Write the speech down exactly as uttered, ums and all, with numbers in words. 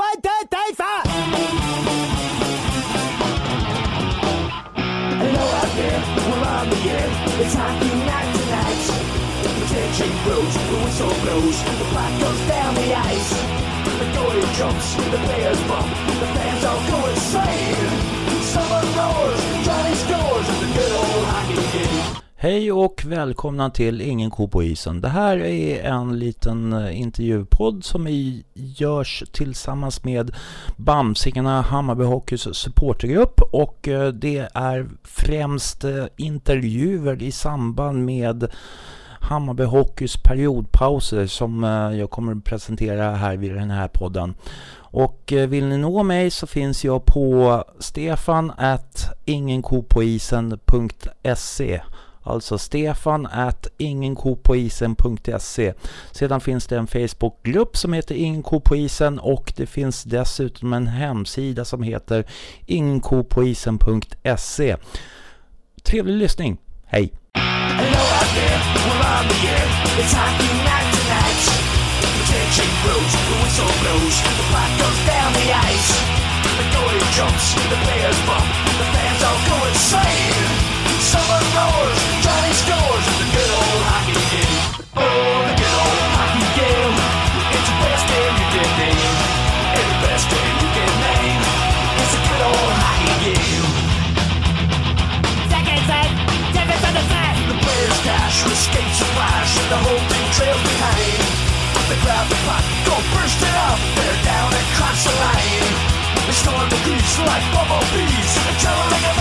One, two, three, four! Hello out there, we're on the air. It's hockey night tonight. The tension grows, the whistle blows, the puck goes down the ice. The goalie jumps, the players bump, the fans all go insane. Someone roars, Johnny scores, the good old hockey game. Hej och välkomna till Ingen ko på isen. Det här är en liten intervjupodd som görs tillsammans med Bamsingarna Hammarby Hockeys supportergrupp, och det är främst intervjuer i samband med Hammarby Hockeys periodpauser som jag kommer att presentera här vid den här podden. Och vill ni nå mig så finns jag på stefan at ingenkopoisen punkt se. Alltså stefan at ingenkopoisen punkt se. Sedan finns det en Facebookgrupp som heter Ingen ko på isen, och det finns dessutom en hemsida som heter ingenkopoisen punkt se. Trevlig lyssning. Hej! Hello out there, we're on the air. It's hockey night tonight. The tension grows, the whistle blows, the puck goes down the ice. The goalie jumps, the players bump, the fans all go insane. Someone roars, Johnny scores, the good old hockey game. Oh, the good old hockey game. It's the best game you can name. It's the best game you can name. It's the good old hockey game. Second set, second set the set. The players dash with skates and flash, and the whole thing trails behind. They grab the puck, go burst it up, they're down and cross the line. They storm the crease like bumblebees, traveling